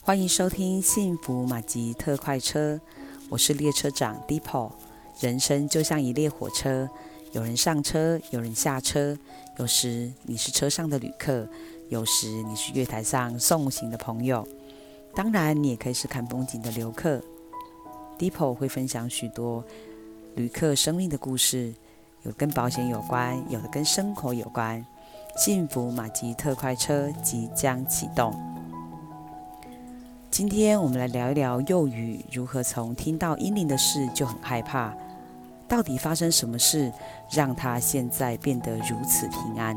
欢迎收听幸福马吉特快车，我是列车长 Deepo。人生就像一列火车，有人上车，有人下车，有时你是车上的旅客，有时你是月台上送行的朋友，当然你也可以是看风景的游客。Deepo 会分享许多旅客生命的故事，有的跟保险有关，有的跟生活有关。幸福马吉特快车即将启动。今天我们来聊一聊幼宇如何从听到婴灵的事就很害怕，到底发生什么事让他现在变得如此平安。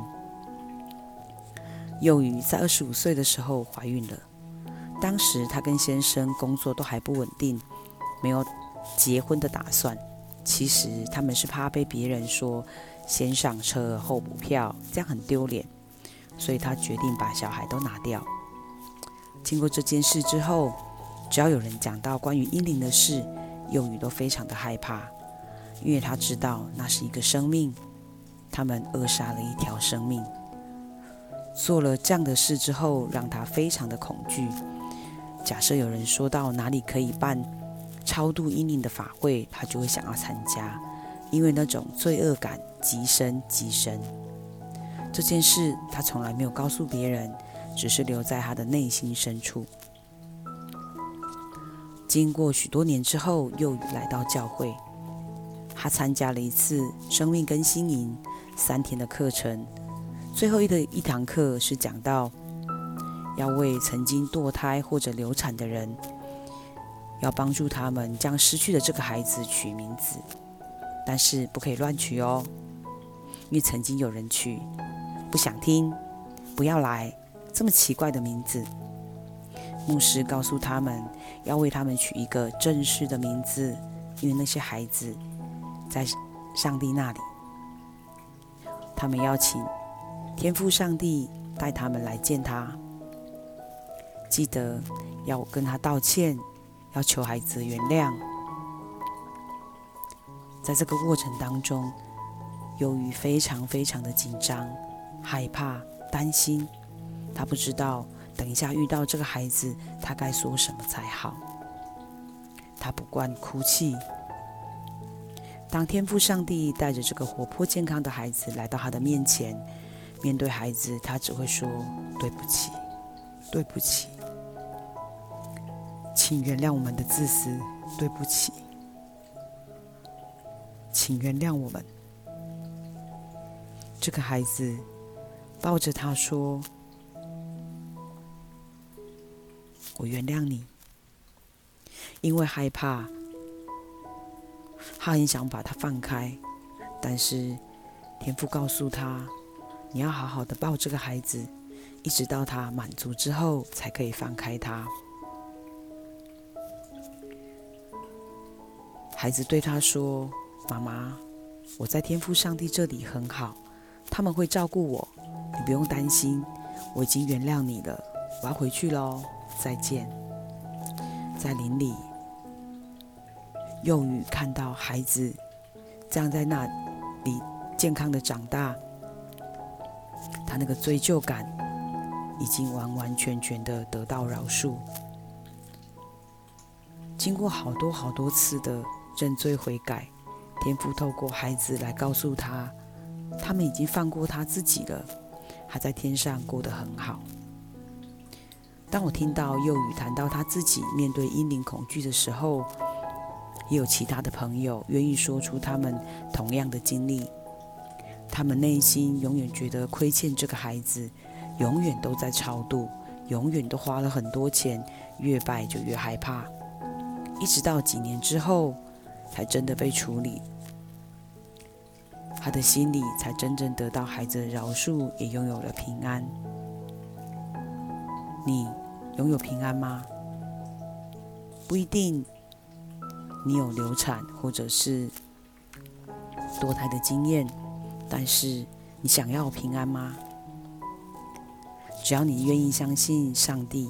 幼宇在25岁的时候怀孕了，当时她跟先生工作都还不稳定，没有结婚的打算。其实他们是怕被别人说先上车后补票，这样很丢脸，所以她决定把小孩都拿掉。经过这件事之后，只要有人讲到关于婴灵的事，幼宇都非常的害怕，因为他知道那是一个生命，他们扼杀了一条生命。做了这样的事之后，让他非常的恐惧。假设有人说到哪里可以办超度婴灵的法会，他就会想要参加，因为那种罪恶感极深极深。这件事他从来没有告诉别人，只是留在他的内心深处。经过许多年之后，幼宇来到教会，他参加了一次生命更新营3天的课程。最后一堂课是讲到要为曾经堕胎或者流产的人，要帮助他们将失去的这个孩子取名字，但是不可以乱取哦，因为曾经有人取不想听，不要来，这么奇怪的名字。牧师告诉他们要为他们取一个正式的名字，因为那些孩子在上帝那里。他们邀请天父上帝带他们来见他，记得要跟他道歉，要求孩子原谅。在这个过程当中，幼宇非常非常的紧张、害怕、担心，他不知道等一下遇到这个孩子他该说什么才好。他不惯哭泣。当天父上帝带着这个活泼健康的孩子来到他的面前，面对孩子，他只会说对不起，对不起，请原谅我们的自私，对不起，请原谅我们。这个孩子抱着他说，我原谅你。因为害怕，他很想把他放开，但是天父告诉他，你要好好的抱这个孩子，一直到他满足之后才可以放开他。孩子对他说，妈妈，我在天父上帝这里很好，他们会照顾我，你不用担心，我已经原谅你了，我要回去咯，再见。在林里，幼宇看到孩子这样在那里健康的长大，他那个罪疚感已经完完全全的得到饶恕。经过好多次的认罪悔改，天父透过孩子来告诉他，他们已经放过他自己了，他在天上过得很好。当我听到幼宇谈到他自己面对婴灵恐惧的时候，也有其他的朋友愿意说出他们同样的经历。他们内心永远觉得亏欠这个孩子，永远都在超度，永远都花了很多钱，越拜就越害怕，一直到几年之后才真的被处理，他的心里才真正得到孩子的饶恕，也拥有了平安。你拥有平安吗？不一定你有流产或者是堕胎的经验，但是你想要平安吗？只要你愿意相信上帝，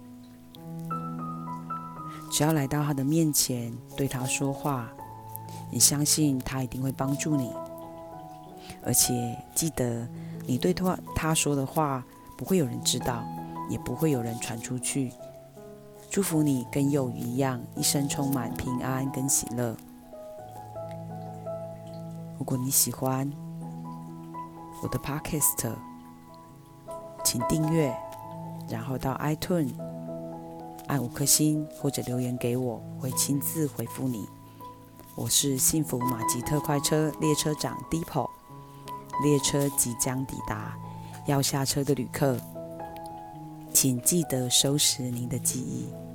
只要来到他的面前对他说话，你相信他一定会帮助你。而且记得，你对他说的话不会有人知道，也不会有人传出去， 祝福你跟幼鱼一样，一生充满平安跟喜乐。如果你喜欢我的 Podcast， 请订阅，然后到 iTunes 按5颗星或者留言给我，我会亲自回复你。我是幸福马吉特快车列车长 Depot， 列车即将抵达，要下车的旅客，请记得收拾您的记忆。